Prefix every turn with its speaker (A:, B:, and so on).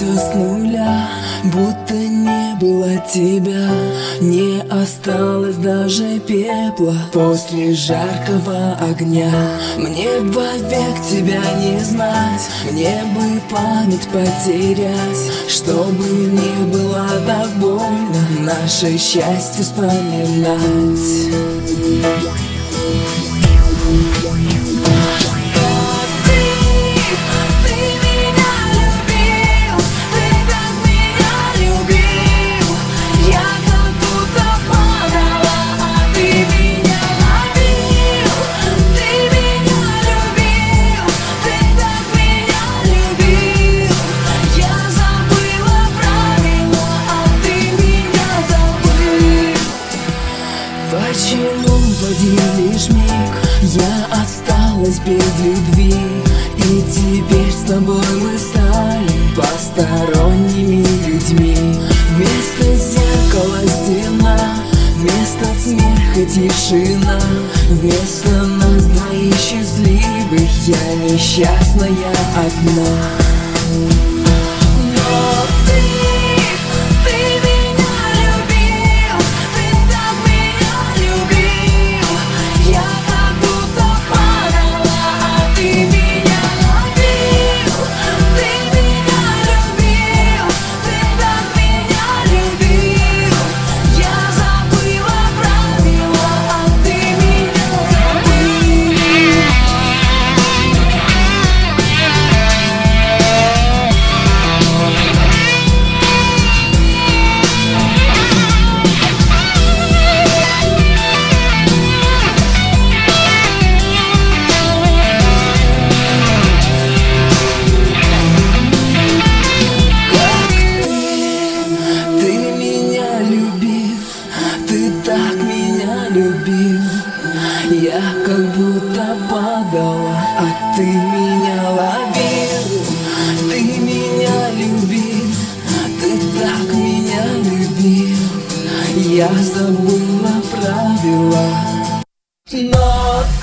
A: все с нуля, будто не было тебя. Не осталось даже пепла после жаркого огня. Мне вовек тебя не знать, мне бы память потерять, чтобы не было так больно наше счастье вспоминать. Почему в один лишь миг я осталась без любви, и теперь с тобой мы стали посторонними людьми? Вместо зеркала стена, вместо смеха тишина, вместо нас двоих счастливых я несчастная одна. Я как будто падала, а ты меня ловил. Ты меня любил, ты так меня любил. Я забыла правила, но